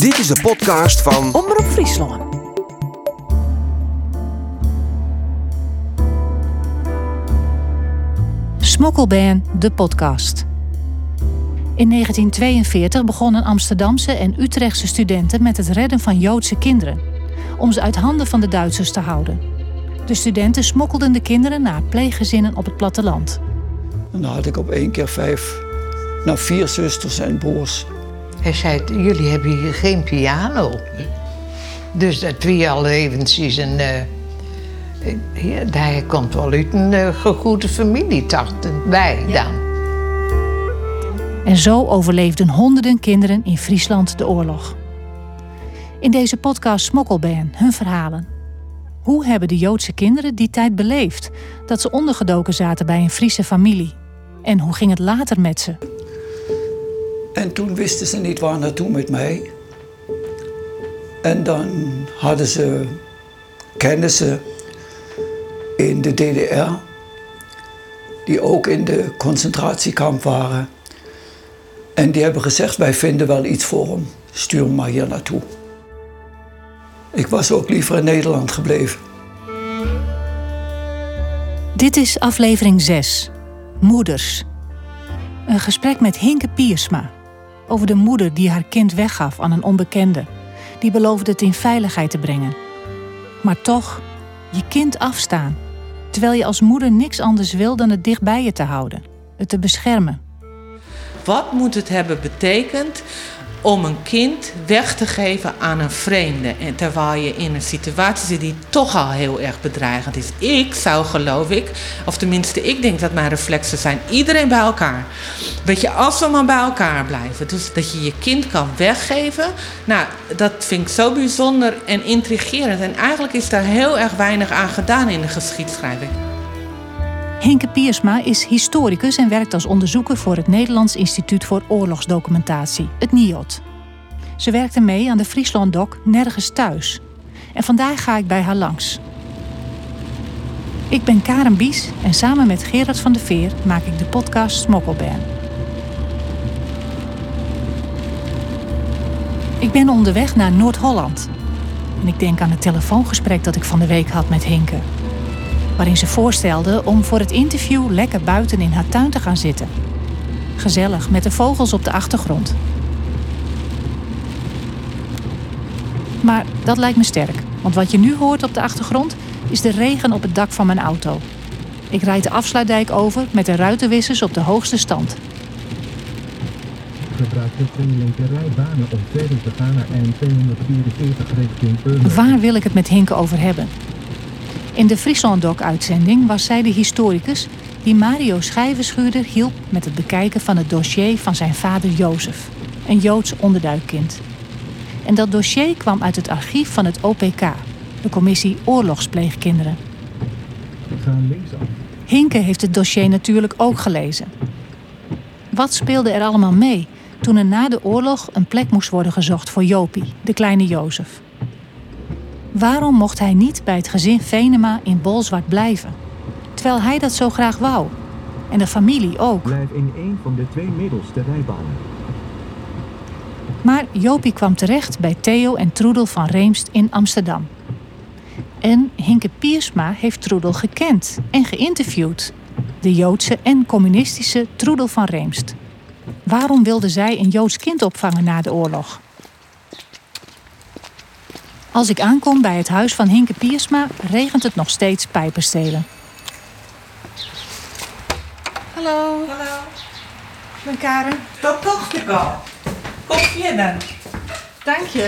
Dit is de podcast van Omroep Friesland. Smokkelband, de podcast. In 1942 begonnen Amsterdamse en Utrechtse studenten met het redden van Joodse kinderen, om ze uit handen van de Duitsers te houden. De studenten smokkelden de kinderen naar pleeggezinnen op het platteland. En dan had ik op 1 keer 4 zusters en broers. Hij zei, jullie hebben hier geen piano. Dus dat wie al eventjes hij komt wel uit een gegoede familie, dachten wij dan. En zo overleefden honderden kinderen in Friesland de oorlog. In deze podcast Smokkelband hun verhalen. Hoe hebben de Joodse kinderen die tijd beleefd? Dat ze ondergedoken zaten bij een Friese familie. En hoe ging het later met ze? En toen wisten ze niet waar naartoe met mij. En dan hadden ze kennissen in de DDR, die ook in de concentratiekamp waren. En die hebben gezegd, wij vinden wel iets voor hem. Stuur hem maar hier naartoe. Ik was ook liever in Nederland gebleven. Dit is aflevering 6. Moeders. Een gesprek met Hinke Piersma. Over de moeder die haar kind weggaf aan een onbekende. Die beloofde het in veiligheid te brengen. Maar toch, je kind afstaan. Terwijl je als moeder niks anders wil dan het dicht bij je te houden. Het te beschermen. Wat moet het hebben betekend om een kind weg te geven aan een vreemde? En terwijl je in een situatie zit die toch al heel erg bedreigend is. Ik zou, geloof ik, of tenminste ik denk dat mijn reflexen zijn, iedereen bij elkaar. Weet je, als we maar bij elkaar blijven. Dus dat je je kind kan weggeven. Nou, dat vind ik zo bijzonder en intrigerend. En eigenlijk is daar heel erg weinig aan gedaan in de geschiedschrijving. Hinke Piersma is historicus en werkt als onderzoeker voor het Nederlands Instituut voor Oorlogsdocumentatie, het NIOD. Ze werkte mee aan de Friesland-doc Nergens Thuis. En vandaag ga ik bij haar langs. Ik ben Karen Bies en samen met Gerard van der Veer maak ik de podcast Smokkelband. Ik ben onderweg naar Noord-Holland. En ik denk aan het telefoongesprek dat ik van de week had met Hinke. Waarin ze voorstelde om voor het interview lekker buiten in haar tuin te gaan zitten. Gezellig, met de vogels op de achtergrond. Maar dat lijkt me sterk, want wat je nu hoort op de achtergrond is de regen op het dak van mijn auto. Ik rijd de afsluitdijk over met de ruitenwissers op de hoogste stand. Gebruik de 2 linkerrijbanen om verder te gaan naar N244 richting Urmerk. Waar wil ik het met Hinke over hebben? In de Friesland-doc-uitzending was zij de historicus die Mario Schijvenschuurder hielp met het bekijken van het dossier van zijn vader Jozef, een Joods onderduikkind. En dat dossier kwam uit het archief van het OPK, de Commissie Oorlogspleegkinderen. Ga linksaf. Hinke heeft het dossier natuurlijk ook gelezen. Wat speelde er allemaal mee toen er na de oorlog een plek moest worden gezocht voor Jopie, de kleine Jozef? Waarom mocht hij niet bij het gezin Venema in Bolzwart blijven? Terwijl hij dat zo graag wou. En de familie ook. Blijf in 1 van de 2 middelste rijbanen. Maar Jopie kwam terecht bij Theo en Troedel van Reemst in Amsterdam. En Hinke Piersma heeft Troedel gekend en geïnterviewd. De Joodse en communistische Troedel van Reemst. Waarom wilde zij een Joods kind opvangen na de oorlog? Als ik aankom bij het huis van Hinke Piersma, regent het nog steeds pijpenstelen. Hallo. Hallo. Ik ben Karen. Dat dacht ik al. Kom verder. Dank je.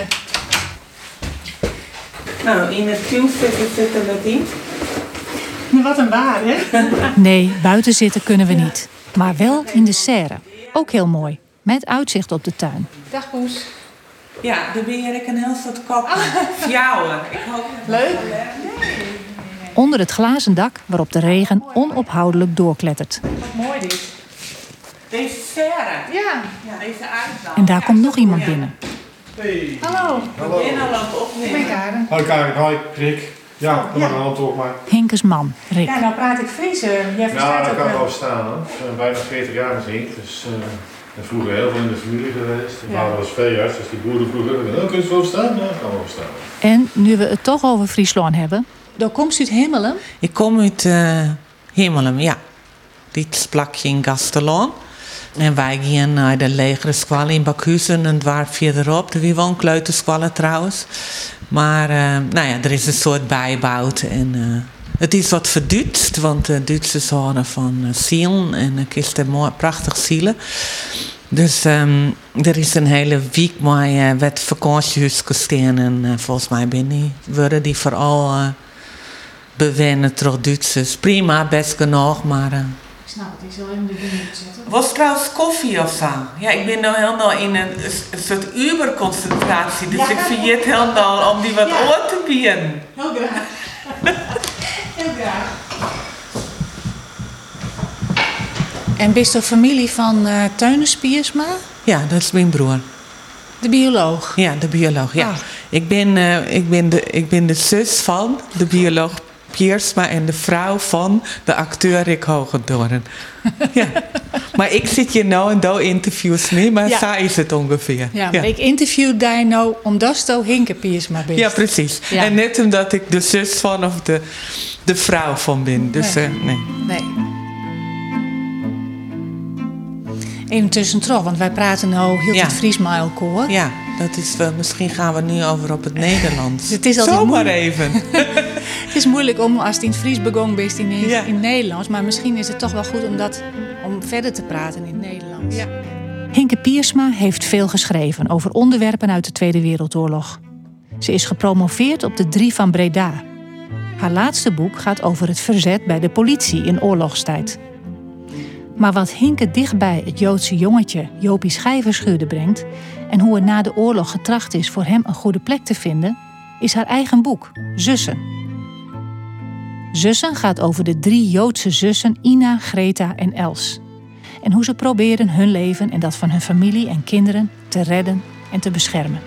Nou, in het Q-fitter zitten we in. Wat een waar, hè? Nee, buiten zitten kunnen we niet. Maar wel in de serre. Ook heel mooi. Met uitzicht op de tuin. Dag Poes. Ja, dan beheer ik een heel soort kop. Fjouwen. Ik hoop dat Leuk. Onder het glazen dak waarop de regen onophoudelijk doorklettert. Wat mooi dit. Deze serre. Ja. Ja, deze uitbouw. En daar komt nog iemand binnen. Hey. Hallo. Hallo. Binnenland Ik opnemen. ben Karen. Hoi Karin, hoi Rick. Ja, kom maar Ja. een hand op maar. Hinkes man, Rick. Ja, nou praat ik Fries. Jij Ja, verstaat dat ook kan wel. wel staan hoor. Ik ben bijna 40 jaar gezien, dus En vroeger heel veel in de familie geweest. Mijn vader was veearts, dus die boeren vroeger. Kun je zo staan? Ja, kan wel staan. En nu we het toch over Friesland hebben. Dan komt u uit Hemmelum? Ik kom uit Hemmelum, ja. Dit plakje in Gastelaan. En wij gingen naar de legere school in Bakhuizen en waar verderop. Er was wel een kleuterschool trouwens. Maar er is een soort bijbouwd. En het is wat verduutst, want de Duitsers houden van zielen. En ik is er mooi, prachtig zielen. Dus er is een hele week met wat vakantiehuis gestaan. En volgens mij worden die vooral bewennen door Duitsers. Prima, best genoeg, maar... Ik snap het, ik zal even de dingen zetten. Was trouwens koffie of zo? Ja, ik ben nu helemaal in een soort uberconcentratie. Dus ik vind het helemaal om die wat oor te bieden. Heel graag. Heel graag. En bist je familie van Teunis Piersma? Ja, dat is mijn broer. De bioloog? Ja, de bioloog, ja. Ah. Ik ben de zus van de bioloog Piersma en de vrouw van de acteur Rick Hogendoorn. Ja. Maar ik zit hier nou en do interviews mee, maar zo is het ongeveer. Ja, maar ik interview daar nou omdat je Hinke Piersma bent. Ja, precies. Ja. En net omdat ik de zus van of de vrouw van ben. Dus nee. Even tussendoor, want wij praten nou heel het Fries met elkaar. Ja, dat is wel. Misschien gaan we nu over op het Nederlands. Dus het is altijd zomaar even. Het is moeilijk om als het in het Fries begon bent in het Nederlands. Maar misschien is het toch wel goed om verder te praten in het Nederlands. Ja. Hinke Piersma heeft veel geschreven over onderwerpen uit de Tweede Wereldoorlog. Ze is gepromoveerd op de 3 van Breda. Haar laatste boek gaat over het verzet bij de politie in oorlogstijd. Maar wat Hinke dichtbij het Joodse jongetje Jopie Schijverschuurde brengt en hoe er na de oorlog getracht is voor hem een goede plek te vinden, is haar eigen boek, Zussen. Zussen gaat over de 3 Joodse zussen Ina, Greta en Els. En hoe ze proberen hun leven en dat van hun familie en kinderen te redden en te beschermen.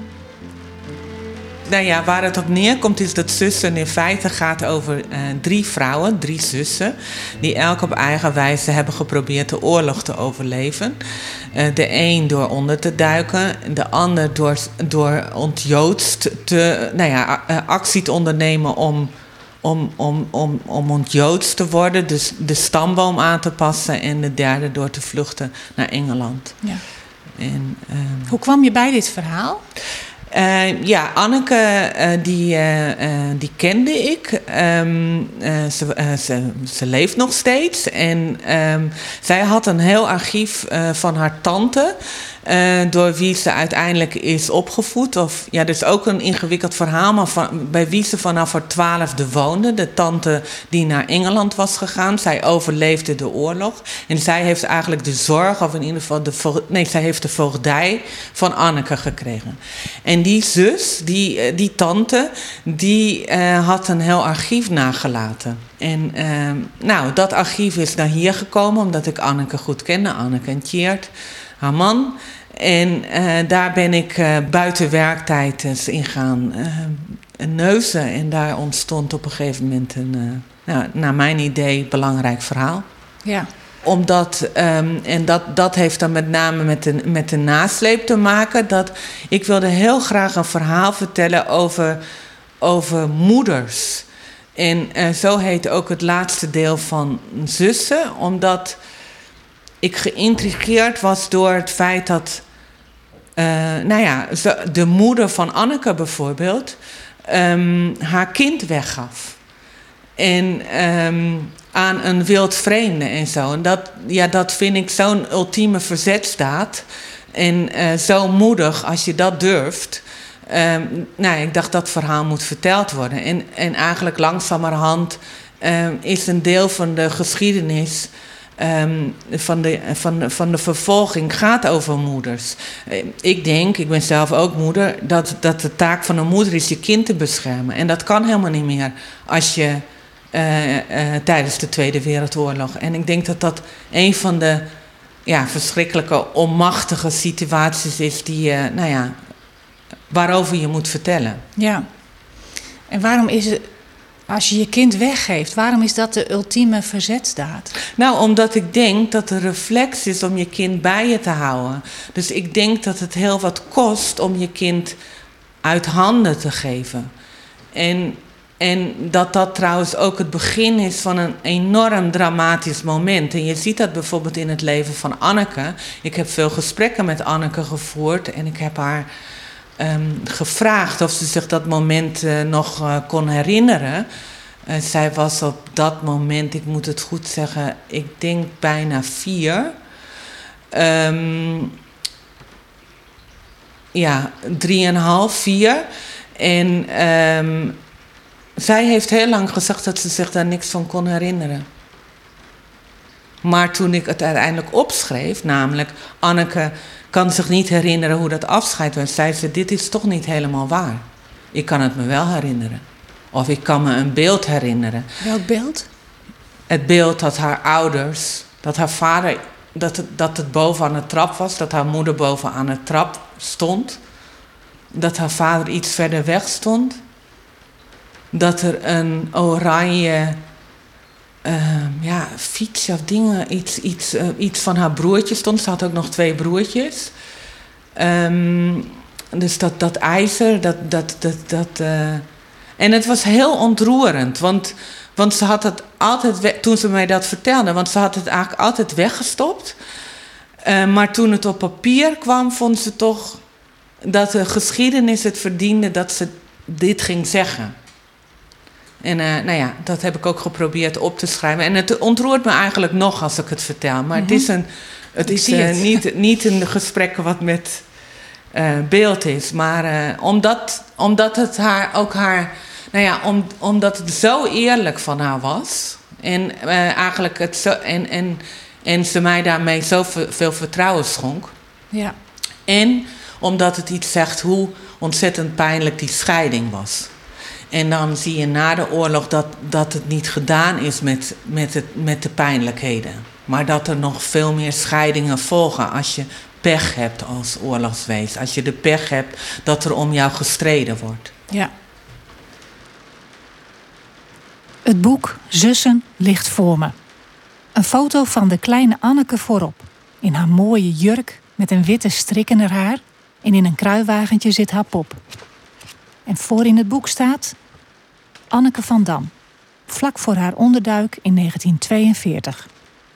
Nou ja, waar het op neerkomt is dat Zussen in feite gaat over 3 vrouwen, 3 zussen, die elk op eigen wijze hebben geprobeerd de oorlog te overleven. De een door onder te duiken, de ander door ontjoodst actie te ondernemen om ontjoodst te worden, dus de stamboom aan te passen, en de derde door te vluchten naar Engeland. Ja. En, hoe kwam je bij dit verhaal? Anneke, die kende ik. Ze leeft nog steeds. En zij had een heel archief van haar tante, door wie ze uiteindelijk is opgevoed. Dat is ook een ingewikkeld verhaal, maar bij wie ze vanaf haar 12e woonde. De tante die naar Engeland was gegaan. Zij overleefde de oorlog. En zij heeft eigenlijk de zorg, of in ieder geval zij heeft de voogdij van Anneke gekregen. En die zus, die tante, die had een heel archief nagelaten. En dat archief is naar hier gekomen, omdat ik Anneke goed kende. Anneke en Tjeerd, haar man. En daar ben ik buiten werktijd in gaan neuzen. En daar ontstond op een gegeven moment een, naar mijn idee, belangrijk verhaal. Ja. Omdat, en dat heeft dan met name met de nasleep te maken, dat ik wilde heel graag een verhaal vertellen over moeders. En zo heet ook het laatste deel van Zussen, omdat ik geïntrigeerd was door het feit dat de moeder van Anneke bijvoorbeeld haar kind weggaf. En aan een wildvreemde en zo. En dat vind ik zo'n ultieme verzetsdaad. En zo moedig als je dat durft. Ik dacht dat verhaal moet verteld worden. En eigenlijk langzamerhand is een deel van de geschiedenis van de vervolging gaat over moeders. Ik ben zelf ook moeder, dat de taak van een moeder is je kind te beschermen. En dat kan helemaal niet meer als je tijdens de Tweede Wereldoorlog. En ik denk dat een van de verschrikkelijke, onmachtige situaties is die waarover je moet vertellen. Ja. En waarom is het Als je je kind weggeeft, waarom is dat de ultieme verzetsdaad? Nou, omdat ik denk dat de reflex is om je kind bij je te houden. Dus ik denk dat het heel wat kost om je kind uit handen te geven. En dat trouwens ook het begin is van een enorm dramatisch moment. En je ziet dat bijvoorbeeld in het leven van Anneke. Ik heb veel gesprekken met Anneke gevoerd en ik heb haar gevraagd of ze zich dat moment nog kon herinneren. Zij was op dat moment, ik moet het goed zeggen, ik denk bijna 4. 3,5, 4. En zij heeft heel lang gezegd dat ze zich daar niks van kon herinneren. Maar toen ik het uiteindelijk opschreef, namelijk Anneke kan zich niet herinneren hoe dat afscheid was, zei ze, dit is toch niet helemaal waar. Ik kan het me wel herinneren. Of ik kan me een beeld herinneren. Welk beeld? Het beeld dat haar ouders, dat haar vader, dat het boven aan de trap was, dat haar moeder boven aan de trap stond. Dat haar vader iets verder weg stond. Dat er een oranje fiets of dingen, iets van haar broertje stond. Ze had ook nog 2 broertjes. Dus dat ijzer, en het was heel ontroerend, want ze had het altijd, toen ze mij dat vertelde, want ze had het eigenlijk altijd weggestopt. Maar toen het op papier kwam, vond ze toch dat de geschiedenis het verdiende dat ze dit ging zeggen. En dat heb ik ook geprobeerd op te schrijven. En het ontroert me eigenlijk nog als ik het vertel. Maar het is niet een gesprek wat met beeld is. Maar omdat het haar ook haar... omdat het zo eerlijk van haar was. En eigenlijk het zo... En ze mij daarmee zoveel vertrouwen schonk. Ja. En omdat het iets zegt hoe ontzettend pijnlijk die scheiding was. En dan zie je na de oorlog dat het niet gedaan is met de pijnlijkheden. Maar dat er nog veel meer scheidingen volgen als je pech hebt als oorlogswees. Als je de pech hebt dat er om jou gestreden wordt. Ja. Het boek Zussen ligt voor me. Een foto van de kleine Anneke voorop. In haar mooie jurk met een witte strik in haar haar. En in een kruiwagentje zit haar pop. En voor in het boek staat Anneke van Dam, vlak voor haar onderduik in 1942.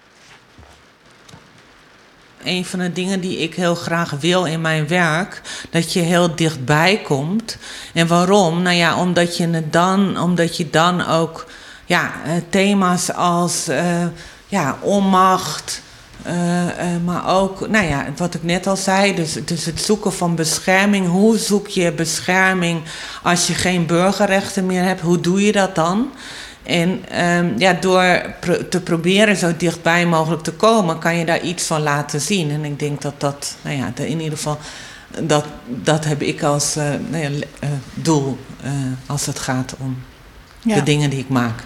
Een van de dingen die ik heel graag wil in mijn werk, dat je heel dichtbij komt. En waarom? Omdat je dan ook thema's als onmacht, maar ook, wat ik net al zei, dus het zoeken van bescherming. Hoe zoek je bescherming als je geen burgerrechten meer hebt? Hoe doe je dat dan? En door te proberen zo dichtbij mogelijk te komen, kan je daar iets van laten zien. En ik denk dat in ieder geval, dat heb ik als doel als het gaat om de dingen die ik maak.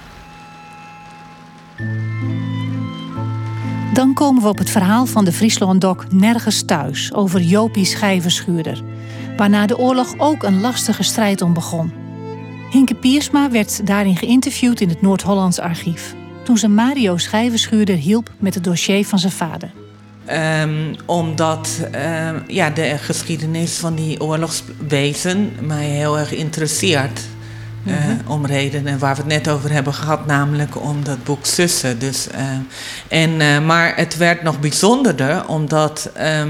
Dan komen we op het verhaal van de Friesland-doc Nergens Thuis over Jopie Schijverschuurder, waar na de oorlog ook een lastige strijd om begon. Hinke Piersma werd daarin geïnterviewd in het Noord-Hollands archief, toen ze Mario Schijverschuurder hielp met het dossier van zijn vader. Omdat de geschiedenis van die oorlogswezen mij heel erg interesseert. Om redenen waar we het net over hebben gehad, namelijk om dat boek Zussen. Dus, maar het werd nog bijzonderder omdat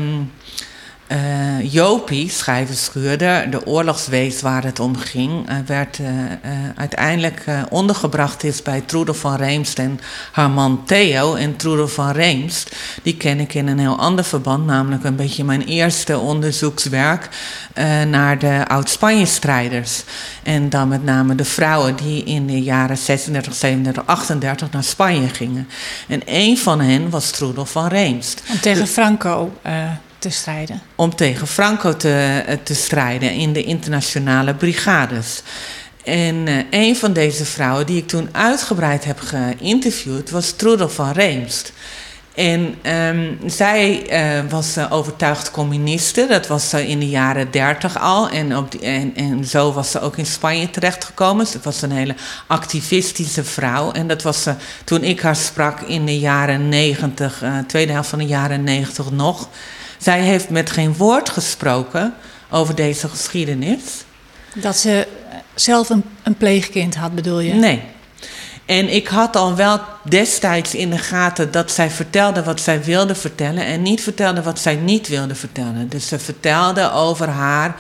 Jopie Schijverschuurder, de oorlogswees waar het om ging, werd uiteindelijk ondergebracht is bij Troedel van Reemst en haar man Theo. En Troedel van Reemst, die ken ik in een heel ander verband, namelijk een beetje mijn eerste onderzoekswerk naar de Oud-Spanje-strijders. En dan met name de vrouwen die in de jaren 36, 37, 38 naar Spanje gingen. En een van hen was Troedel van Reemst. Om tegen Franco te strijden. Om tegen Franco te strijden in de internationale brigades. En een van deze vrouwen die ik toen uitgebreid heb geïnterviewd was Troedel van Reemst. En zij was overtuigd communiste. Dat was in de jaren 30 al. En zo was ze ook in Spanje terechtgekomen. Ze was een hele activistische vrouw. En dat was ze toen ik haar sprak in de jaren 90, tweede helft van de jaren 90 nog. Zij heeft met geen woord gesproken over deze geschiedenis. Dat ze zelf een pleegkind had, bedoel je? Nee. En ik had al wel destijds in de gaten dat zij vertelde wat zij wilde vertellen en niet vertelde wat zij niet wilde vertellen. Dus ze vertelde over haar.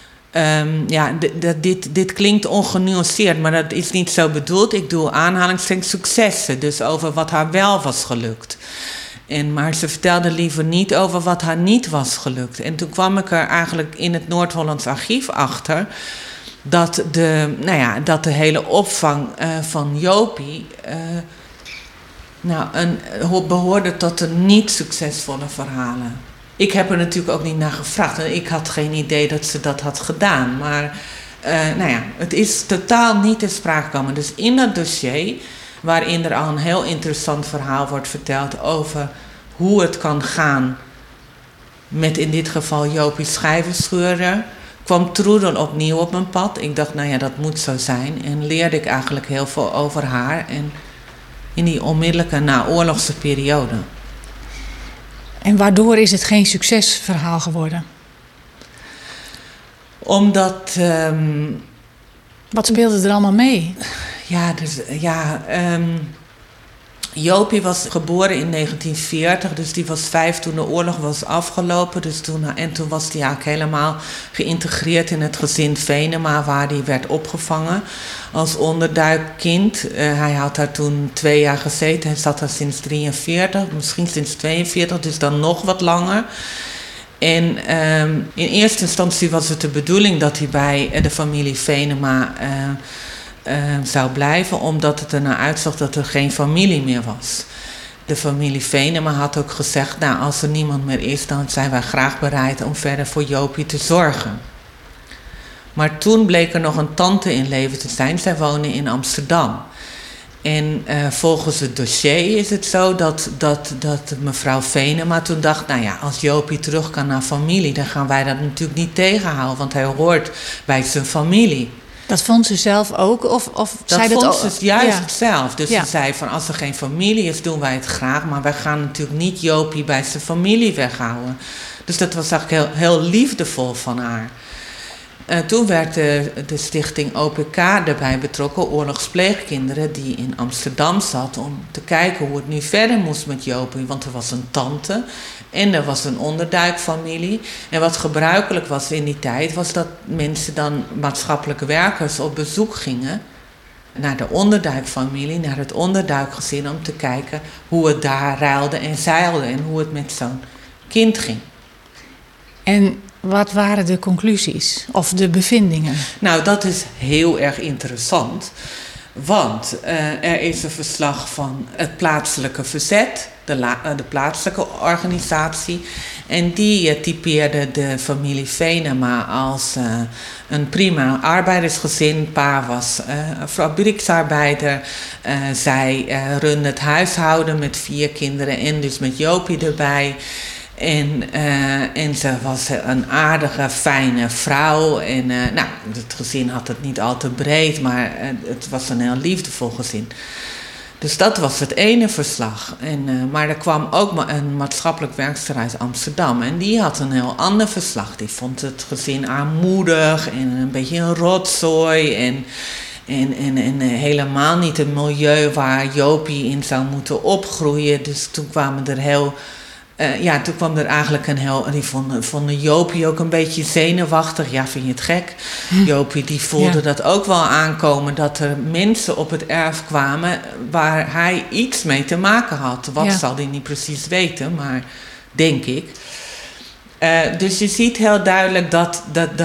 Dit klinkt ongenuanceerd, maar dat is niet zo bedoeld. Ik doe aanhalingstekens successen, dus over wat haar wel was gelukt. Maar ze vertelde liever niet over wat haar niet was gelukt. En toen kwam ik er eigenlijk in het Noord-Hollands Archief achter dat de hele opvang van Jopie behoorde tot de niet succesvolle verhalen. Ik heb er natuurlijk ook niet naar gevraagd. En ik had geen idee dat ze dat had gedaan. Maar het is totaal niet ter sprake gekomen. Dus in dat dossier, waarin er al een heel interessant verhaal wordt verteld over hoe het kan gaan met in dit geval Jopie Schijvenscheurer, kwam Troedel opnieuw op mijn pad. Ik dacht, dat moet zo zijn. En leerde ik eigenlijk heel veel over haar. En in die onmiddellijke naoorlogse periode. En waardoor is het geen succesverhaal geworden? Omdat wat speelde er allemaal mee? Jopie was geboren in 1940, dus die was 5 toen de oorlog was afgelopen. Toen was hij eigenlijk helemaal geïntegreerd in het gezin Venema, waar hij werd opgevangen als onderduikkind. Hij had daar toen 2 jaar gezeten, hij zat daar sinds 43, misschien sinds 42, dus dan nog wat langer. En in eerste instantie was het de bedoeling dat hij bij de familie Venema zou blijven, omdat het er naar uitzag dat er geen familie meer was. De familie Venema had ook gezegd, als er niemand meer is, dan zijn wij graag bereid om verder voor Jopie te zorgen. Maar toen bleek er nog een tante in leven te zijn. Zij woonde in Amsterdam. En volgens het dossier is het zo dat mevrouw Venema toen dacht, als Jopie terug kan naar familie, dan gaan wij dat natuurlijk niet tegenhouden, want hij hoort bij zijn familie. Dat vond ze zelf ook? Of dat zei vond dat ze juist zelf. Dus ze zei van, als er geen familie is, doen wij het graag. Maar wij gaan natuurlijk niet Jopie bij zijn familie weghouden. Dus dat was eigenlijk heel liefdevol van haar. Toen werd de stichting OPK erbij betrokken, Oorlogspleegkinderen, die in Amsterdam zat, om te kijken hoe het nu verder moest met Jopie. Want er was een tante en er was een onderduikfamilie. En wat gebruikelijk was in die tijd, was dat mensen dan, maatschappelijke werkers, op bezoek gingen naar de onderduikfamilie, naar het onderduikgezin, om te kijken hoe het daar ruilde en zeilde en hoe het met zo'n kind ging. En wat waren de conclusies of de bevindingen? Dat is heel erg interessant. Want er is een verslag van het plaatselijke verzet, de plaatselijke organisatie. En die typeerde de familie Venema als een prima arbeidersgezin. Pa was fabrieksarbeider. Zij runde het huishouden met 4 kinderen en dus met Jopie erbij. En ze was een aardige, fijne vrouw. En het gezin had het niet al te breed, maar het was een heel liefdevol gezin. Dus dat was het ene verslag. Maar er kwam ook een maatschappelijk werkster uit Amsterdam. En die had een heel ander verslag. Die vond het gezin armoedig en een beetje een rotzooi. En helemaal niet het milieu waar Jopie in zou moeten opgroeien. Dus toen kwamen er toen kwam er eigenlijk die vonden Jopie ook een beetje zenuwachtig. Ja, vind je het gek? Jopie die voelde dat ook wel aankomen, dat er mensen op het erf kwamen waar hij iets mee te maken had. Wat zal hij niet precies weten, maar denk ik. Dus je ziet heel duidelijk dat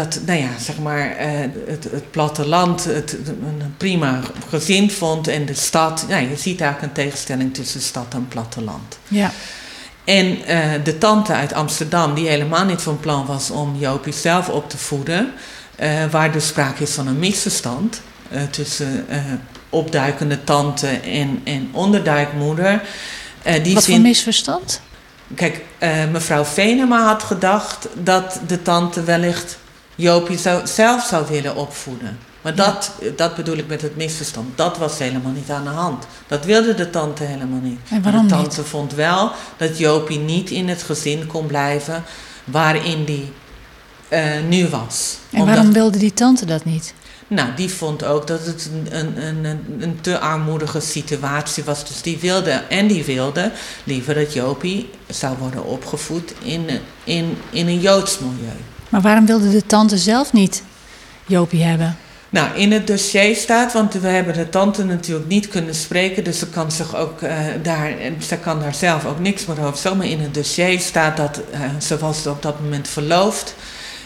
het platteland het een prima gezin vond en de stad. Je ziet eigenlijk een tegenstelling tussen stad en platteland. Ja. En de tante uit Amsterdam, die helemaal niet van plan was om Jopie zelf op te voeden, waar dus sprake is van een misverstand tussen opduikende tante en onderduikmoeder, Wat voor misverstand? Kijk, mevrouw Venema had gedacht dat de tante wellicht Jopie zelf zou willen opvoeden. Maar dat bedoel ik met het misverstand. Dat was helemaal niet aan de hand. Dat wilde de tante helemaal niet. En waarom de tante niet? vond wel dat Jopie niet in het gezin kon blijven waarin die nu was. En waarom wilde die tante dat niet? Nou, die vond ook dat het een te armoedige situatie was. Dus die wilde liever dat Jopie zou worden opgevoed in een Joods milieu. Maar waarom wilde de tante zelf niet Jopie hebben? Nou, in het dossier staat, want we hebben de tante natuurlijk niet kunnen spreken, dus ze kan zich ook ze kan daar zelf ook niks meer over zeggen. Maar in het dossier staat dat ze was op dat moment verloofd.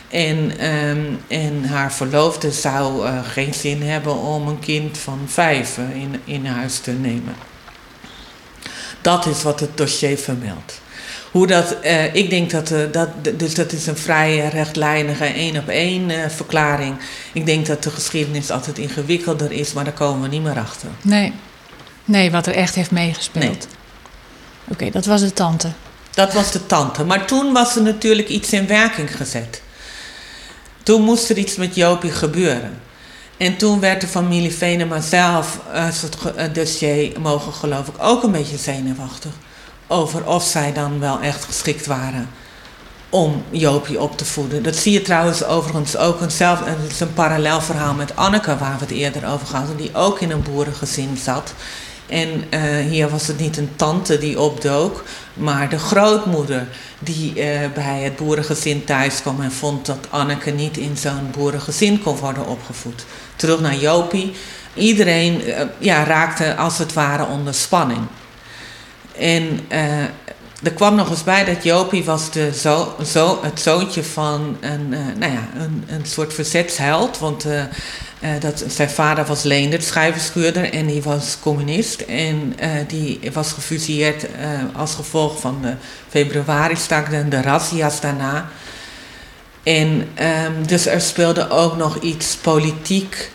En haar verloofde zou geen zin hebben om een kind van 5 in huis te nemen. Dat is wat het dossier vermeldt. Ik denk dus dat is een vrij rechtlijnige 1-op-1 verklaring. Ik denk dat de geschiedenis altijd ingewikkelder is, maar daar komen we niet meer achter. Nee, wat er echt heeft meegespeeld. Nee. Oké, dat was de tante. Dat was de tante. Maar toen was er natuurlijk iets in werking gezet. Toen moest er iets met Jopie gebeuren. En toen werd de familie Venema zelf, als het dossier mogen geloof ik, ook een beetje zenuwachtig over of zij dan wel echt geschikt waren om Jopie op te voeden. Dat zie je trouwens overigens ook. Het is een parallel verhaal met Anneke, waar we het eerder over hadden, die ook in een boerengezin zat. En hier was het niet een tante die opdook, maar de grootmoeder die bij het boerengezin thuis kwam en vond dat Anneke niet in zo'n boerengezin kon worden opgevoed. Terug naar Jopie. Iedereen raakte als het ware onder spanning. En er kwam nog eens bij dat Jopie was het zoontje van een soort verzetsheld. Want zijn vader was Leendert, schrijverschuurder, en die was communist. En die was gefusilleerd als gevolg van de februari-staking en de razzia's daarna. En dus er speelde ook nog iets politiek.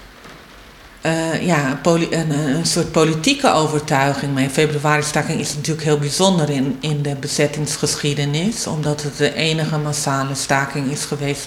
Een soort politieke overtuiging mee. Februari-staking is natuurlijk heel bijzonder in de bezettingsgeschiedenis, omdat het de enige massale staking is geweest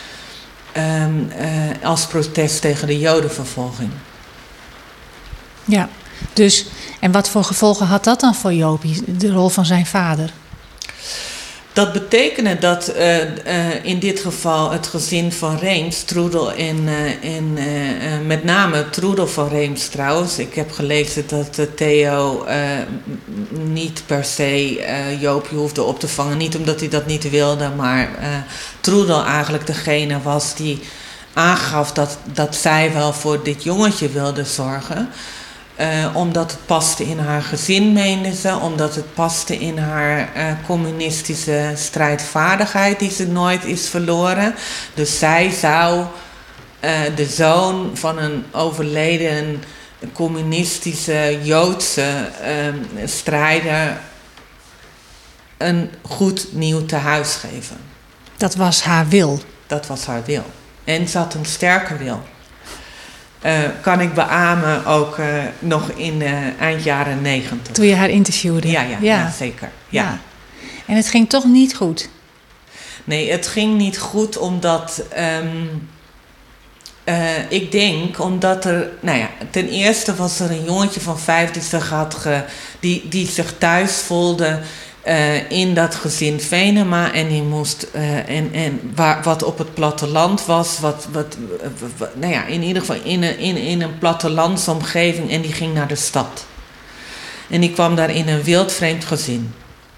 als protest tegen de Jodenvervolging. Ja, dus en wat voor gevolgen had dat dan voor Jopie, de rol van zijn vader? Dat betekende dat in dit geval het gezin van Reems, Troedel en met name Troedel van Reems trouwens. Ik heb gelezen dat Theo niet per se Jopie hoefde op te vangen. Niet omdat hij dat niet wilde, maar Troedel eigenlijk degene was die aangaf dat zij wel voor dit jongetje wilde zorgen. Omdat het paste in haar gezin, meende ze. Omdat het paste in haar communistische strijdvaardigheid die ze nooit is verloren. Dus zij zou de zoon van een overleden communistische Joodse strijder een goed nieuw tehuis geven. Dat was haar wil. Dat was haar wil. En ze had een sterke wil. Kan ik beamen ook nog in eind jaren 90. Toen je haar interviewde. Ja, zeker. Ja. En het ging toch niet goed? Nee, het ging niet goed omdat ik denk omdat er, ten eerste was er een jongetje van 5 die zich thuis voelde in dat gezin Venema en die moest wat op het platteland was, in ieder geval in een plattelandsomgeving, en die ging naar de stad. En die kwam daar in een wildvreemd gezin.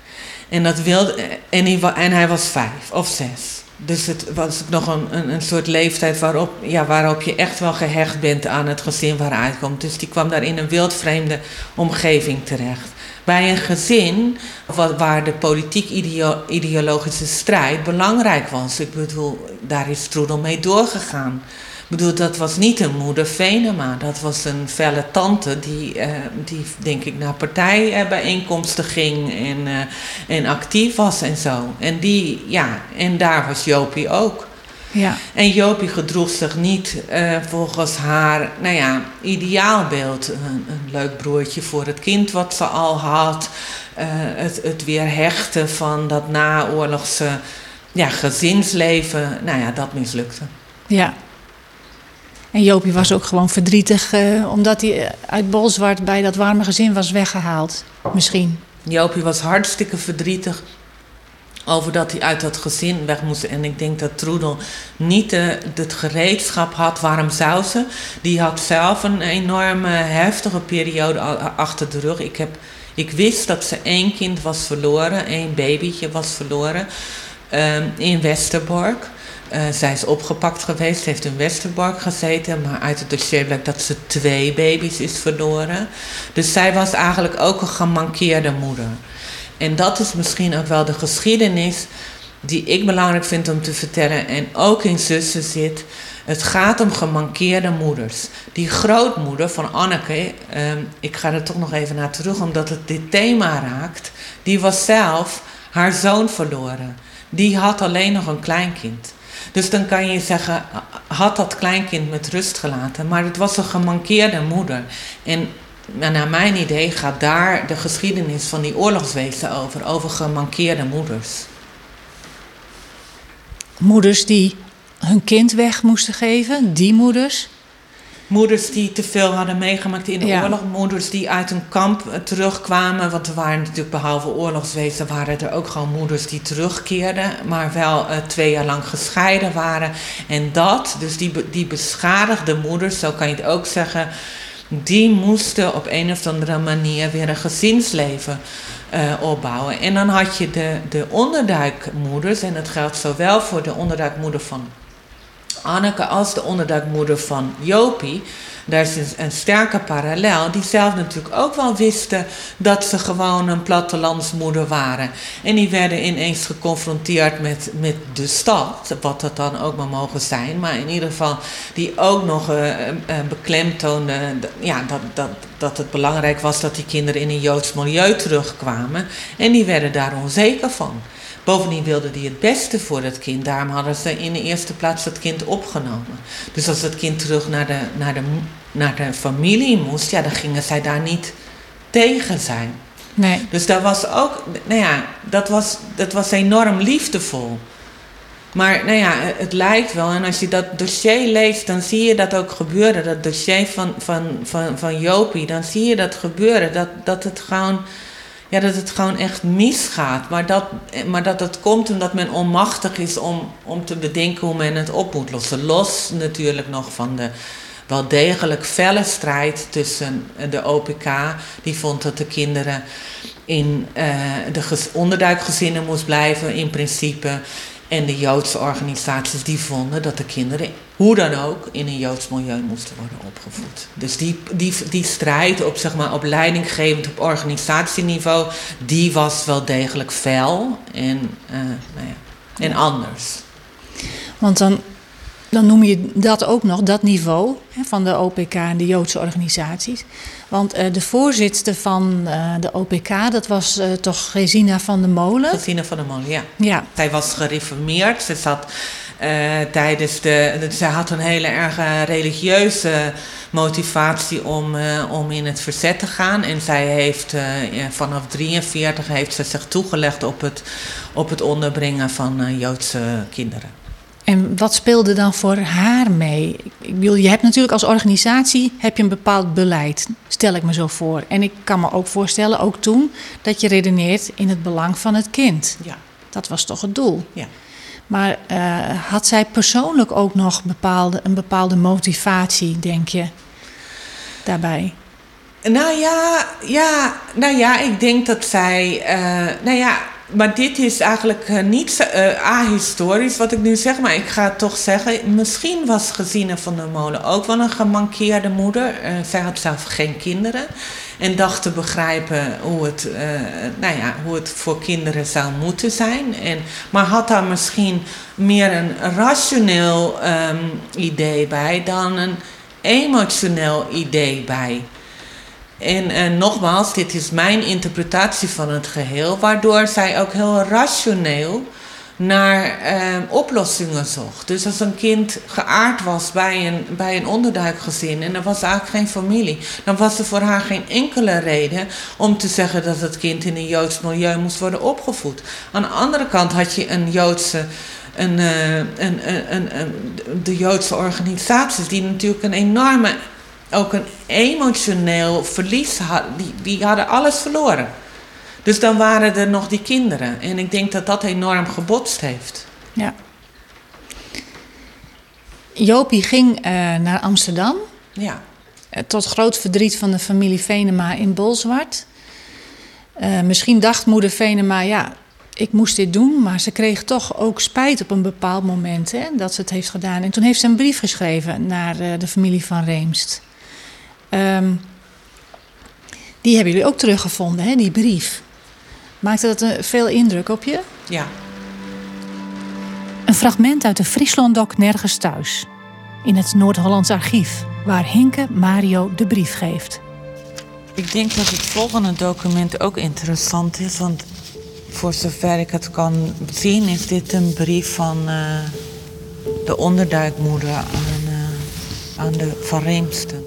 En hij was 5 of 6. Dus het was nog een soort leeftijd waarop je echt wel gehecht bent aan het gezin waaruit komt. Dus die kwam daar in een wildvreemde omgeving terecht. Bij een gezin waar de politiek-ideologische strijd belangrijk was. Ik bedoel, daar is Troedel mee doorgegaan. Ik bedoel, dat was niet een moeder Venema. Dat was een felle tante die denk ik naar partijbijeenkomsten ging en actief was en zo. En daar was Jopie ook. Ja. En Jopie gedroeg zich niet volgens haar ideaalbeeld. Een leuk broertje voor het kind wat ze al had. Het weer hechten van dat naoorlogse gezinsleven. Dat mislukte. Ja. En Jopie was ook gewoon verdrietig omdat hij uit Bolzwart bij dat warme gezin was weggehaald. Misschien. Jopie was hartstikke verdrietig over dat hij uit dat gezin weg moest. En ik denk dat Troedel niet het gereedschap had. Waarom zou ze? Die had zelf een enorme heftige periode achter de rug. Ik wist dat ze 1 kind was verloren. 1 babytje was verloren. In Westerbork. Zij is opgepakt geweest, heeft in Westerbork gezeten. Maar uit het dossier blijkt dat ze 2 baby's is verloren. Dus zij was eigenlijk ook een gemankeerde moeder. En dat is misschien ook wel de geschiedenis die ik belangrijk vind om te vertellen. En ook in Zussen zit. Het gaat om gemankeerde moeders. Die grootmoeder van Anneke, ik ga er toch nog even naar terug omdat het dit thema raakt. Die was zelf haar zoon verloren. Die had alleen nog een kleinkind. Dus dan kan je zeggen, had dat kleinkind met rust gelaten. Maar het was een gemankeerde moeder. En naar mijn idee gaat daar de geschiedenis van die oorlogswezen over gemankeerde moeders. Moeders die hun kind weg moesten geven, die moeders. Moeders die te veel hadden meegemaakt in de oorlog. Moeders die uit een kamp terugkwamen. Want er waren natuurlijk behalve oorlogswezen waren er ook gewoon moeders die terugkeerden. Maar wel 2 jaar lang gescheiden waren. En dus die beschadigde moeders, zo kan je het ook zeggen. Die moesten op een of andere manier weer een gezinsleven opbouwen. En dan had je de onderduikmoeders. En dat geldt zowel voor de onderduikmoeder van Anneke als de onderduikmoeder van Jopie. Daar is een sterke parallel. Die zelf natuurlijk ook wel wisten dat ze gewoon een plattelandsmoeder waren. En die werden ineens geconfronteerd met de stad. Wat dat dan ook maar mogen zijn. Maar in ieder geval die ook nog beklemtoonde dat het belangrijk was dat die kinderen in een Joods milieu terugkwamen. En die werden daar onzeker van. Bovendien wilden die het beste voor het kind. Daarom hadden ze in de eerste plaats het kind opgenomen. Dus als het kind terug naar de familie moest, dan gingen zij daar niet tegen zijn. Nee. Dus dat was ook, dat was enorm liefdevol. Maar het lijkt wel, en als je dat dossier leest, dan zie je dat ook gebeuren. Dat dossier van Jopie, dan zie je dat gebeuren. Dat het gewoon echt misgaat. Maar dat het komt omdat men onmachtig is om te bedenken hoe men het op moet lossen. Los natuurlijk nog van de wel degelijk felle strijd tussen de OPK. Die vond dat de kinderen in de onderduikgezinnen moest blijven in principe. En de Joodse organisaties die vonden dat de kinderen, hoe dan ook, in een Joods milieu moesten worden opgevoed. Dus die strijd op leidinggevend, op organisatieniveau, die was wel degelijk fel en anders. Want dan noem je dat ook nog, dat niveau van de OPK en de Joodse organisaties. Want de voorzitter van de OPK, dat was toch Gesina van der Molen? Gesina van der Molen, ja. Zij was gereformeerd. Ze zat zij had een hele erg religieuze motivatie om in het verzet te gaan. En zij heeft vanaf 1943 heeft ze zich toegelegd op het onderbrengen van Joodse kinderen. En wat speelde dan voor haar mee? Ik bedoel, je hebt natuurlijk als organisatie een bepaald beleid, stel ik me zo voor. En ik kan me ook voorstellen, ook toen, dat je redeneert in het belang van het kind. Ja. Dat was toch het doel? Ja. Maar had zij persoonlijk ook nog een bepaalde motivatie, denk je, daarbij? Nou ja, ik denk dat zij... Maar dit is eigenlijk niet ahistorisch wat ik nu zeg. Maar ik ga toch zeggen, misschien was Gesina van der Molen ook wel een gemankeerde moeder. Zij had zelf geen kinderen. En dacht te begrijpen hoe het voor kinderen zou moeten zijn. Maar had daar misschien meer een rationeel idee bij dan een emotioneel idee bij. En nogmaals, dit is mijn interpretatie van het geheel, waardoor zij ook heel rationeel naar oplossingen zocht. Dus als een kind geaard was bij een onderduikgezin en er was eigenlijk geen familie, dan was er voor haar geen enkele reden om te zeggen dat het kind in een Joods milieu moest worden opgevoed. Aan de andere kant had je de Joodse organisaties die natuurlijk ook een emotioneel verlies hadden. Die hadden alles verloren. Dus dan waren er nog die kinderen. En ik denk dat dat enorm gebotst heeft. Ja. Jopie ging naar Amsterdam. Ja. Tot groot verdriet van de familie Venema in Bolzwart. Misschien dacht moeder Venema, ja, ik moest dit doen. Maar ze kreeg toch ook spijt op een bepaald moment dat ze het heeft gedaan. En toen heeft ze een brief geschreven naar de familie van Reemst. Die hebben jullie ook teruggevonden, hè, die brief. Maakte dat veel indruk op je? Ja. Een fragment uit de Frieslanddoc Nergens Thuis. In het Noord-Hollands archief, waar Hinke Mario de brief geeft. Ik denk dat het volgende document ook interessant is. Want voor zover ik het kan zien, is dit een brief van de onderduikmoeder aan de Van Reemsten.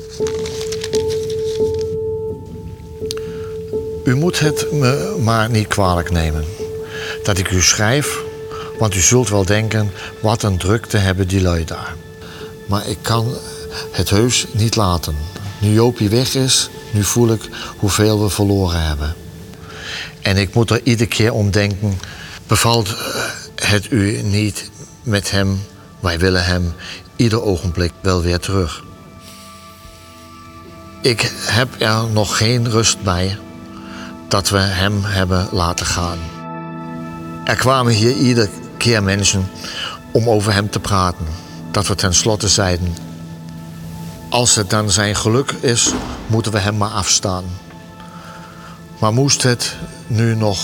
U moet het me maar niet kwalijk nemen dat ik u schrijf, want u zult wel denken, wat een drukte hebben die lui daar. Maar ik kan het heus niet laten. Nu Jopie weg is, nu voel ik hoeveel we verloren hebben. En ik moet er iedere keer om denken, bevalt het u niet met hem? Wij willen hem ieder ogenblik wel weer terug. Ik heb er nog geen rust bij dat we hem hebben laten gaan. Er kwamen hier iedere keer mensen om over hem te praten. Dat we tenslotte zeiden, als het dan zijn geluk is, moeten we hem maar afstaan. Maar moest het nu nog?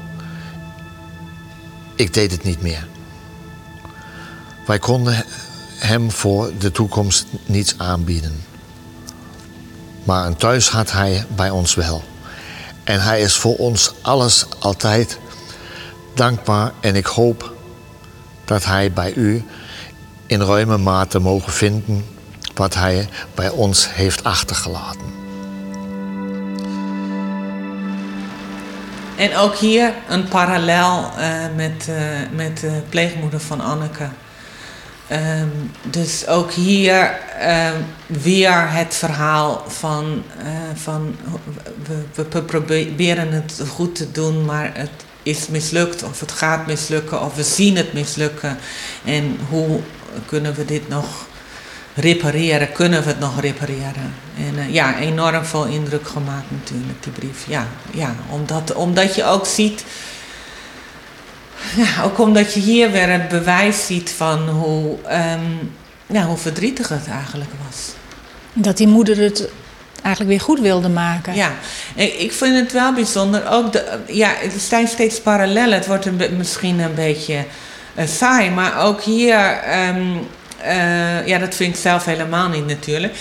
Ik deed het niet meer. Wij konden hem voor de toekomst niets aanbieden. Maar een thuis had hij bij ons wel. En hij is voor ons alles altijd dankbaar. En ik hoop dat hij bij u in ruime mate mogen vinden wat hij bij ons heeft achtergelaten. En ook hier een parallel met de pleegmoeder van Anneke. Dus ook hier weer het verhaal van we proberen het goed te doen, maar het is mislukt of het gaat mislukken of we zien het mislukken. En hoe kunnen we dit nog repareren? Kunnen we het nog repareren? En enorm veel indruk gemaakt natuurlijk, die brief. Ja, omdat je ook ziet, ook omdat je hier weer het bewijs ziet van hoe verdrietig het eigenlijk was. Dat die moeder het eigenlijk weer goed wilde maken. Ja, ik vind het wel bijzonder. Ook er zijn steeds parallellen. Het wordt misschien een beetje saai, maar ook hier, dat vind ik zelf helemaal niet natuurlijk.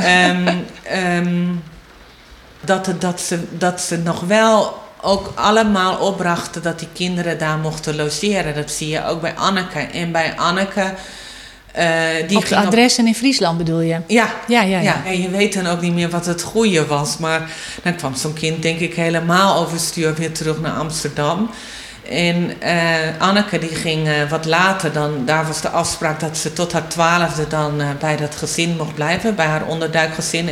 Dat ze nog wel ook allemaal opbrachten dat die kinderen daar mochten logeren. Dat zie je ook bij Anneke. En bij Anneke die op de adressen in Friesland bedoel je? Ja. Ja. En je weet dan ook niet meer wat het goede was. Maar dan kwam zo'n kind denk ik helemaal overstuur weer terug naar Amsterdam. En Anneke die ging wat later dan, daar was de afspraak dat ze tot haar 12e dan bij dat gezin mocht blijven, bij haar onderduikgezin.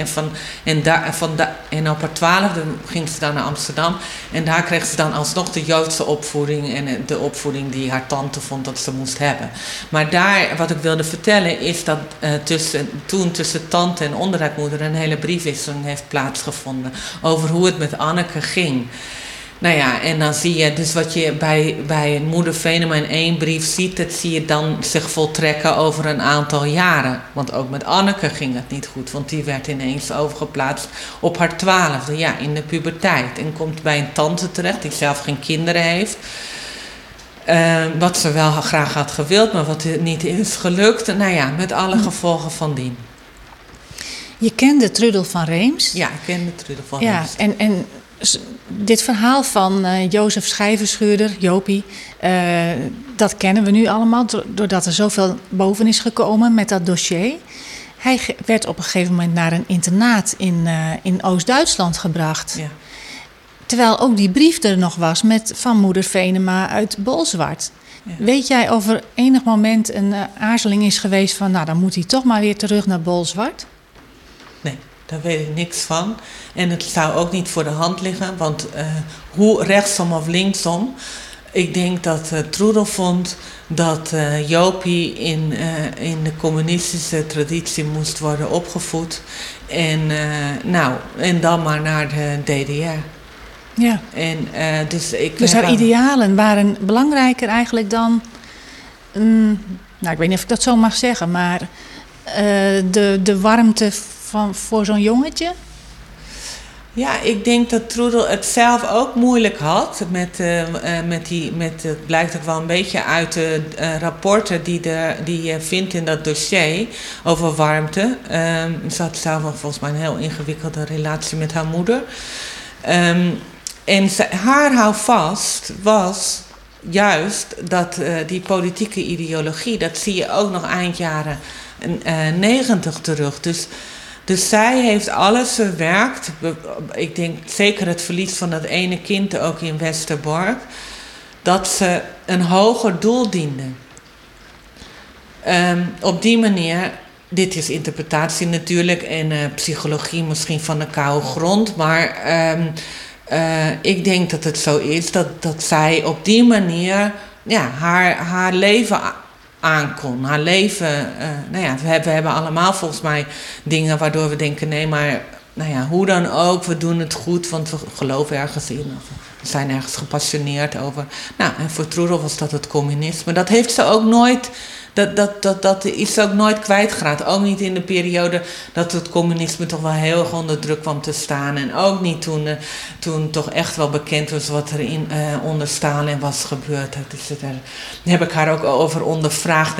En op haar 12e ging ze dan naar Amsterdam. En daar kreeg ze dan alsnog de Joodse opvoeding en de opvoeding die haar tante vond dat ze moest hebben. Maar daar, wat ik wilde vertellen, is dat tussen tante en onderduikmoeder een hele briefwisseling heeft plaatsgevonden over hoe het met Anneke ging. Nou ja, en dan zie je dus wat je bij moeder Venema in 1 brief ziet, dat zie je dan zich voltrekken over een aantal jaren. Want ook met Anneke ging het niet goed, want die werd ineens overgeplaatst op haar 12e, in de puberteit. En komt bij een tante terecht die zelf geen kinderen heeft. Wat ze wel graag had gewild, maar wat niet is gelukt. Nou ja, met alle gevolgen van dien. Je kende Trudel van Reemst. Ja, ik kende Trudel van Reemst. En dit verhaal van Jozef Schijvenschuurder, Jopie, dat kennen we nu allemaal doordat er zoveel boven is gekomen met dat dossier. Hij werd op een gegeven moment naar een internaat in Oost-Duitsland gebracht. Ja. Terwijl ook die brief er nog was van moeder Venema uit Bolzwart. Ja. Weet jij of er enig moment een aarzeling is geweest van... dan moet hij toch maar weer terug naar Bolzwart? Nee, daar weet ik niks van. En het zou ook niet voor de hand liggen, want hoe rechtsom of linksom... Ik denk dat Trudel vond dat Jopie in de communistische traditie moest worden opgevoed. En dan maar naar de DDR. Ja. Dus haar idealen waren belangrijker eigenlijk dan... ik weet niet of ik dat zo mag zeggen, maar de warmte voor zo'n jongetje... Ja, ik denk dat Trudel het zelf ook moeilijk had. Het blijkt ook wel een beetje uit de rapporten die je vindt in dat dossier over warmte. Ze had zelf ook volgens mij een heel ingewikkelde relatie met haar moeder. Haar houvast was juist dat die politieke ideologie, dat zie je ook nog eind jaren 90 terug. Dus zij heeft alles verwerkt. Ik denk zeker het verlies van dat ene kind ook in Westerbork. Dat ze een hoger doel diende. Op die manier, dit is interpretatie natuurlijk en psychologie misschien van de koude grond. Maar ik denk dat het zo is dat zij op die manier haar leven aankon. Haar leven, we hebben allemaal volgens mij dingen waardoor we denken, nee, maar hoe dan ook, we doen het goed, want we geloven ergens in. Of we zijn ergens gepassioneerd over. En voor Trudel was dat het communisme. Dat heeft ze ook nooit, dat is ze ook nooit kwijtgeraakt. Ook niet in de periode dat het communisme toch wel heel erg onder druk kwam te staan. En ook niet toen toch echt wel bekend was wat er onder Stalin was gebeurd. Dus daar heb ik haar ook over ondervraagd.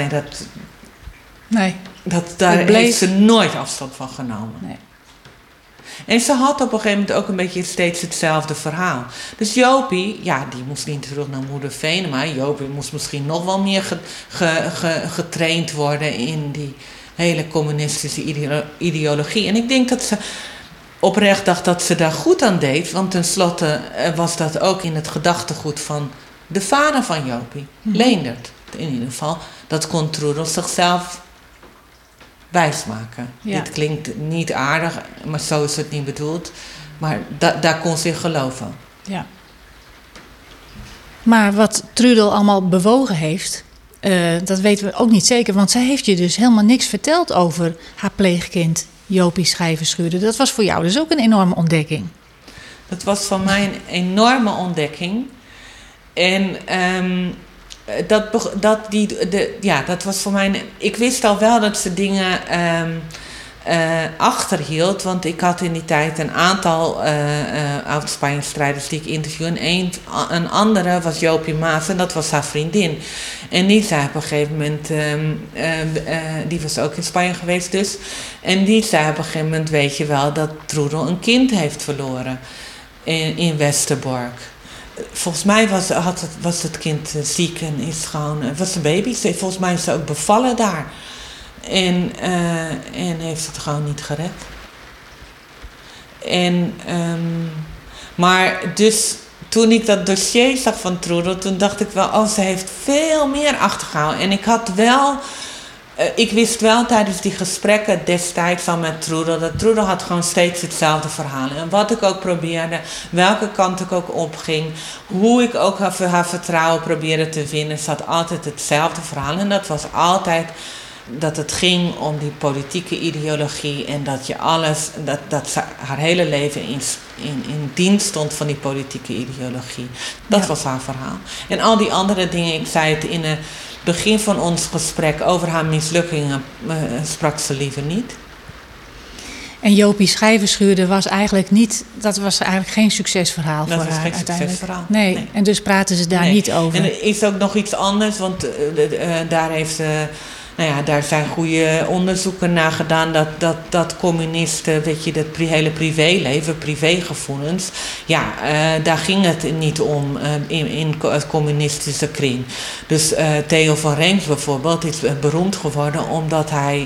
Daar heeft ze nooit afstand van genomen. Nee. En ze had op een gegeven moment ook een beetje steeds hetzelfde verhaal. Dus Jopie, die moest niet terug naar moeder Venema. Jopie moest misschien nog wel meer getraind worden in die hele communistische ideologie. En ik denk dat ze oprecht dacht dat ze daar goed aan deed. Want tenslotte was dat ook in het gedachtegoed van de vader van Jopie, Leendert. In ieder geval, dat kon Trudel zichzelf wijsmaken. Ja. Dit klinkt niet aardig, maar zo is het niet bedoeld. Maar daar kon ze in geloven. Ja. Maar wat Trudel allemaal bewogen heeft, dat weten we ook niet zeker. Want zij heeft je dus helemaal niks verteld over haar pleegkind, Jopie Schijvenschuurder. Dat was voor jou dus ook een enorme ontdekking. Dat was voor mij een enorme ontdekking. En dat was voor mij... Ik wist al wel dat ze dingen achterhield. Want ik had in die tijd een aantal oud-Spanje-strijders die ik interviewde. En een andere was Jopie Maas en dat was haar vriendin. En die zei op een gegeven moment... die was ook in Spanje geweest dus. En die zei op een gegeven moment, weet je wel, dat Trudel een kind heeft verloren in Westerbork. Volgens mij was het kind ziek en was een baby. Volgens mij is ze ook bevallen daar. En heeft het gewoon niet gered. Maar dus toen ik dat dossier zag van Trudel, toen dacht ik wel, ze heeft veel meer achtergehouden. En ik wist wel tijdens die gesprekken destijds al met Trudel, dat Trudel had gewoon steeds hetzelfde verhaal. En wat ik ook probeerde, welke kant ik ook opging, hoe ik ook haar vertrouwen probeerde te winnen, ze had altijd hetzelfde verhaal. En dat was altijd dat het ging om die politieke ideologie en dat ze haar hele leven in dienst stond van die politieke ideologie. Dat was haar verhaal. En al die andere dingen, ik zei het in het begin van ons gesprek over haar mislukkingen, sprak ze liever niet. En Jopie Schijvenschuurder was eigenlijk geen succesverhaal voor haar uiteindelijk. Dat was geen succesverhaal. Nee, en dus praten ze daar niet over. En er is ook nog iets anders, want daar heeft Nou ja, daar zijn goede onderzoeken naar gedaan dat communisten, weet je, dat hele privéleven, privégevoelens, ja, daar ging het niet om in het communistische kring. Dus Theo van Reems bijvoorbeeld is beroemd geworden omdat hij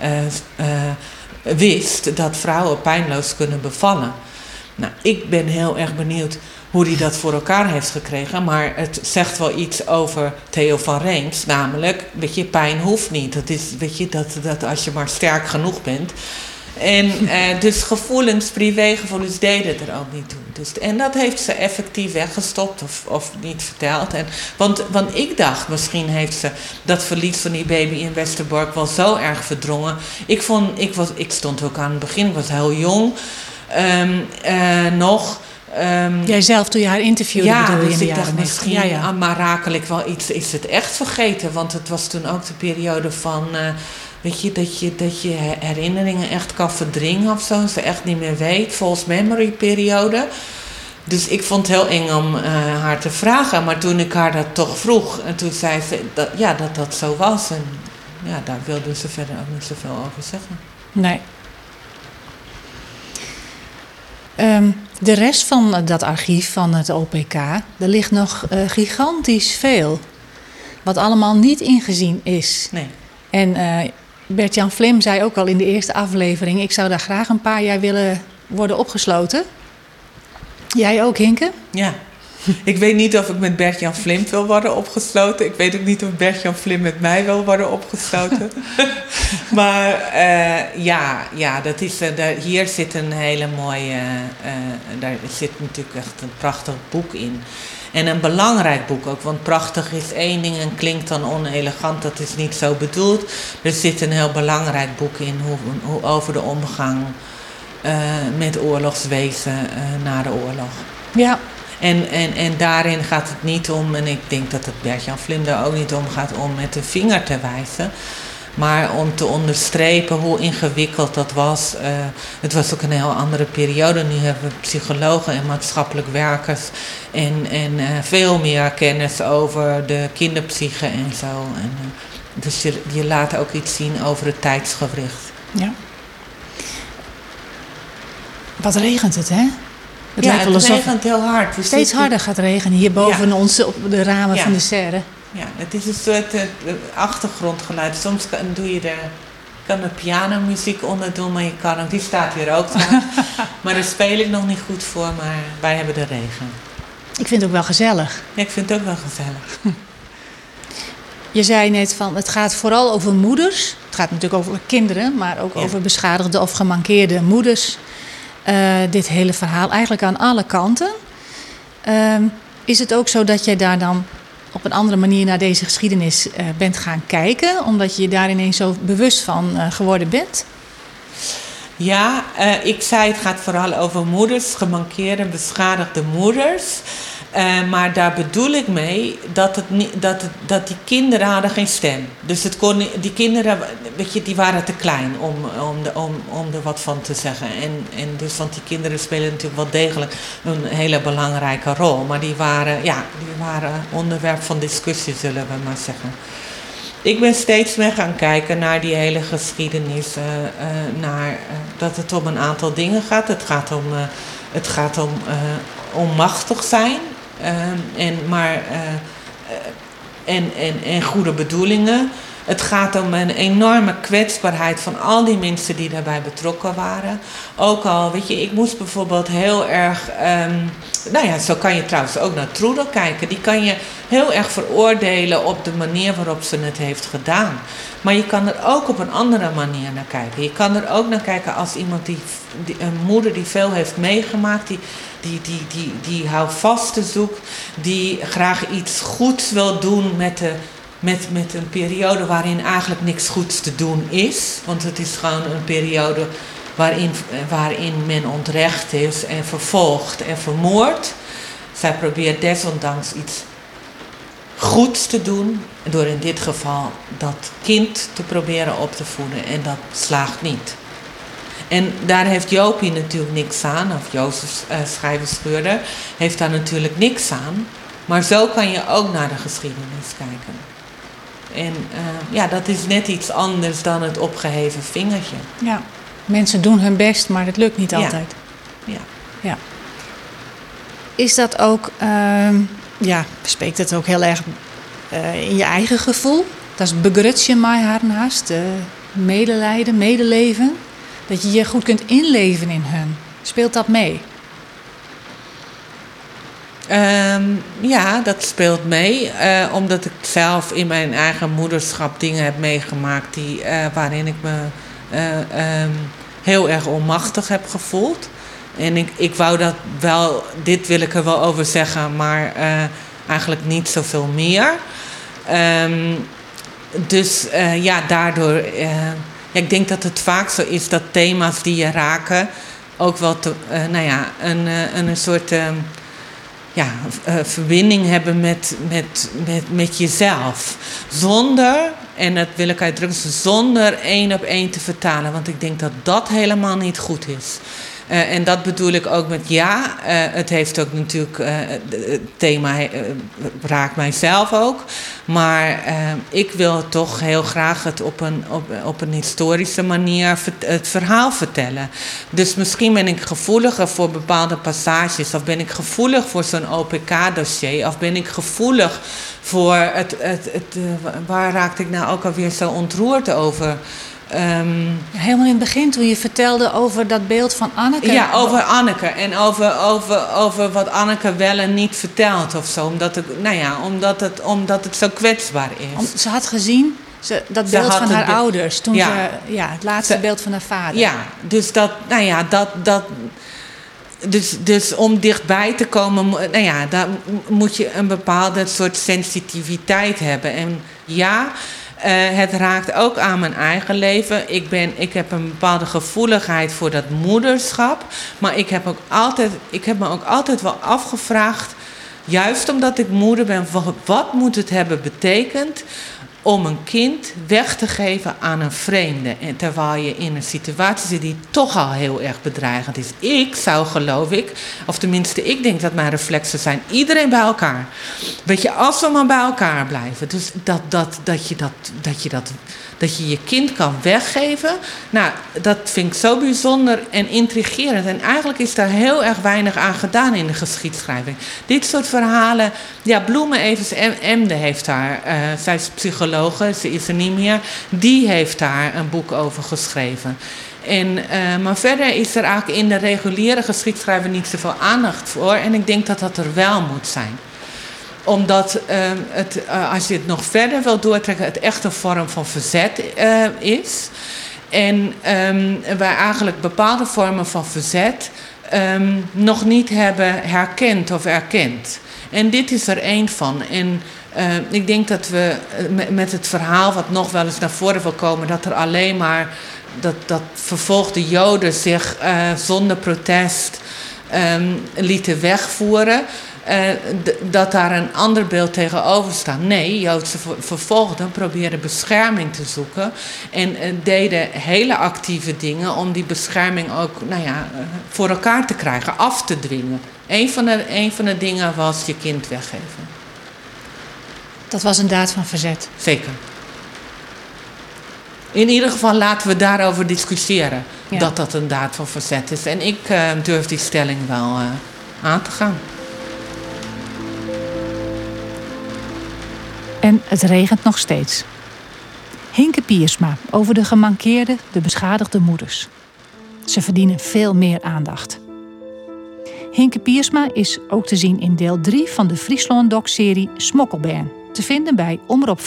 wist dat vrouwen pijnloos kunnen bevallen. Nou, ik ben heel erg benieuwd hoe hij dat voor elkaar heeft gekregen. Maar het zegt wel iets over Theo van Reems. Namelijk, weet je, pijn hoeft niet. Dat is, weet je, dat als je maar sterk genoeg bent. En dus gevoelens, privégevoelens deden er ook niet toe. Dus, en dat heeft ze effectief weggestopt of niet verteld. Want ik dacht, misschien heeft ze dat verlies van die baby in Westerbork wel zo erg verdrongen. Ik stond ook aan het begin, ik was heel jong nog. Jij zelf toen je haar interviewde, ja, bedoel je, dus in de ik dacht jaren misschien, maar rakel ik wel iets, is het echt vergeten? Want het was toen ook de periode van, weet je, dat je herinneringen echt kan verdringen of zo. Ze echt niet meer weet, false memory periode. Dus ik vond het heel eng om haar te vragen. Maar toen ik haar dat toch vroeg, en toen zei ze dat zo was. En ja, daar wilde ze verder ook niet zoveel over zeggen. Nee. De rest van dat archief van het OPK, er ligt nog gigantisch veel. Wat allemaal niet ingezien is. Nee. En Bert-Jan Vlim zei ook al in de eerste aflevering, ik zou daar graag een paar jaar willen worden opgesloten. Jij ook, Hinke? Ja. Ik weet niet of ik met Bert-Jan Vlim wil worden opgesloten. Ik weet ook niet of Bert-Jan Vlim met mij wil worden opgesloten. Maar dat is, hier zit een hele mooie... daar zit natuurlijk echt een prachtig boek in. En een belangrijk boek ook. Want prachtig is één ding en klinkt dan onelegant. Dat is niet zo bedoeld. Er zit een heel belangrijk boek in. Hoe over de omgang met oorlogswezen na de oorlog. Ja. En daarin gaat het niet om, en ik denk dat het Bert-Jan Vlim daar ook niet om gaat, om met de vinger te wijzen. Maar om te onderstrepen hoe ingewikkeld dat was. Het was ook een heel andere periode. Nu hebben we psychologen en maatschappelijk werkers. En veel meer kennis over de kinderpsyche en zo. Dus je laat ook iets zien over het tijdsgewricht. Ja. Wat regent het, hè? Het regent heel hard. Steeds harder gaat regenen hier boven ons op de ramen van de serre. Ja, het is een soort achtergrondgeluid. Soms kan er pianomuziek onder doen, maar je kan ook, die staat hier ook. Maar daar speel ik nog niet goed voor, maar wij hebben de regen. Ik vind het ook wel gezellig. Ja, ik vind het ook wel gezellig. Je zei net van, het gaat vooral over moeders. Het gaat natuurlijk over kinderen, maar ook over beschadigde of gemankeerde moeders. Dit hele verhaal eigenlijk aan alle kanten. Is het ook zo dat jij daar dan op een andere manier naar deze geschiedenis bent gaan kijken, omdat je je daar ineens zo bewust van geworden bent? Ja, ik zei het gaat vooral over moeders, gemankeerde, beschadigde moeders. Maar daar bedoel ik mee dat die kinderen hadden geen stem. Dus die kinderen, weet je, die waren te klein om er wat van te zeggen. En dus, want die kinderen spelen natuurlijk wel degelijk een hele belangrijke rol. Maar die waren onderwerp van discussie, zullen we maar zeggen. Ik ben steeds meer gaan kijken naar die hele geschiedenis. Dat het om een aantal dingen gaat. Het gaat om machtig zijn. En goede bedoelingen. Het gaat om een enorme kwetsbaarheid van al die mensen die daarbij betrokken waren. Ook al, weet je, ik moest bijvoorbeeld heel erg... zo kan je trouwens ook naar Trudel kijken. Die kan je heel erg veroordelen op de manier waarop ze het heeft gedaan. Maar je kan er ook op een andere manier naar kijken. Je kan er ook naar kijken als iemand een moeder die veel heeft meegemaakt... Die houvast zoekt, die graag iets goeds wil doen met een periode waarin eigenlijk niks goeds te doen is. Want het is gewoon een periode waarin men ontrecht is en vervolgd en vermoord. Zij probeert desondanks iets goeds te doen, door in dit geval dat kind te proberen op te voeden. En dat slaagt niet. En daar heeft Jopie natuurlijk niks aan, of Jozef Schrijver-Scheurder heeft daar natuurlijk niks aan. Maar zo kan je ook naar de geschiedenis kijken. En dat is net iets anders dan het opgeheven vingertje. Ja, mensen doen hun best, maar het lukt niet altijd. Ja. Is dat ook, spreekt het ook heel erg in je eigen gevoel? Dat is begrutje mij haast, medelijden, medeleven. Dat je je goed kunt inleven in hun. Speelt dat mee? Ja, dat speelt mee. Omdat ik zelf in mijn eigen moederschap dingen heb meegemaakt waarin ik me heel erg onmachtig heb gevoeld. En ik wou dat wel, dit wil ik er wel over zeggen, maar eigenlijk niet zoveel meer. Daardoor... ik denk dat het vaak zo is dat thema's die je raken ook wel een soort verbinding hebben met jezelf. Zonder, en dat wil ik uitdrukken, zonder 1 op 1 te vertalen. Want ik denk dat dat helemaal niet goed is. En dat bedoel ik ook met het heeft ook natuurlijk, het thema raakt mijzelf ook. Maar ik wil toch heel graag het op een historische manier het verhaal vertellen. Dus misschien ben ik gevoeliger voor bepaalde passages. Of ben ik gevoelig voor zo'n OPK-dossier. Of ben ik gevoelig voor waar raakte ik nou ook alweer zo ontroerd over... Helemaal in het begin, toen je vertelde over dat beeld van Anneke. Ja, over Anneke. En over wat Anneke wel en niet vertelt of zo. Omdat het zo kwetsbaar is. Ze had gezien dat beeld van haar ouders. Toen het laatste beeld van haar vader. Ja, dus Dus om dichtbij te komen, daar moet je een bepaalde soort sensitiviteit hebben. En het raakt ook aan mijn eigen leven. Ik heb een bepaalde gevoeligheid voor dat moederschap. Maar ik heb me ook altijd wel afgevraagd, juist omdat ik moeder ben, wat moet het hebben betekend om een kind weg te geven aan een vreemde. En terwijl je in een situatie zit die toch al heel erg bedreigend is. Ik zou, geloof ik, of tenminste ik denk dat mijn reflexen zijn, iedereen bij elkaar. Weet je, als we maar bij elkaar blijven. Dus dat je je kind kan weggeven. Nou, dat vind ik zo bijzonder en intrigerend. En eigenlijk is daar heel erg weinig aan gedaan in de geschiedschrijving. Dit soort verhalen, Bloemen Evers Emde heeft daar, zij is psychologe, ze is er niet meer, die heeft daar een boek over geschreven. Maar verder is er eigenlijk in de reguliere geschiedschrijving niet zoveel aandacht voor. En ik denk dat dat er wel moet zijn. Omdat als je het nog verder wil doortrekken, het echt een vorm van verzet is. En wij eigenlijk bepaalde vormen van verzet nog niet hebben herkend of erkend. En dit is er één van. En ik denk dat we met het verhaal wat nog wel eens naar voren wil komen, dat er alleen maar dat vervolgde Joden zich zonder protest lieten wegvoeren. Dat daar een ander beeld tegenover staat. Nee, Joodse vervolgden probeerden bescherming te zoeken en deden hele actieve dingen om die bescherming ook voor elkaar te krijgen, af te dwingen. Een van de dingen was je kind weggeven. Dat was een daad van verzet. Zeker. In ieder geval laten we daarover discussiëren. Ja. Dat een daad van verzet is. En ik durf die stelling wel aan te gaan. En het regent nog steeds. Hinke Piersma over de gemankeerde, de beschadigde moeders. Ze verdienen veel meer aandacht. Hinke Piersma is ook te zien in deel 3 van de Friesland-doc-serie Smokkelbern. Te vinden bij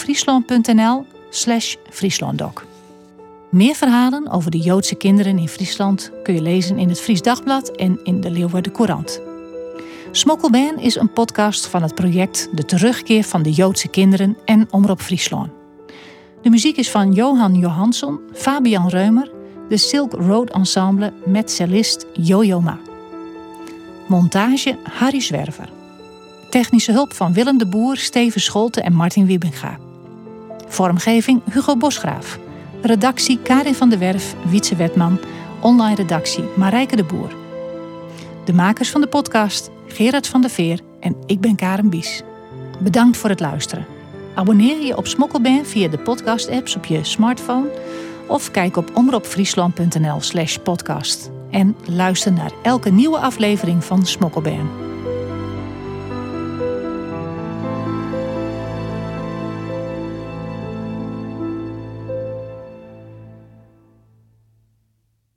omroepfriesland.nl/Frieslanddoc. Meer verhalen over de Joodse kinderen in Friesland kun je lezen in het Fries Dagblad en in de Leeuwarden Courant. Smokkelbern is een podcast van het project De Terugkeer van de Joodse Kinderen en Omroep Friesland. De muziek is van Johan Johansson, Fabian Reumer, de Silk Road Ensemble met cellist Jojo Ma. Montage Harry Zwerver. Technische hulp van Willem de Boer, Steven Scholte en Martin Wiebenga. Vormgeving Hugo Bosgraaf. Redactie Karin van der Werf, Wietse Wetman. Online redactie Marijke de Boer. De makers van de podcast Gerard van der Veer en ik ben Karen Bies. Bedankt voor het luisteren. Abonneer je op Smokkelband via de podcast-apps op je smartphone of kijk op omroepfriesland.nl/podcast. En luister naar elke nieuwe aflevering van Smokkelband.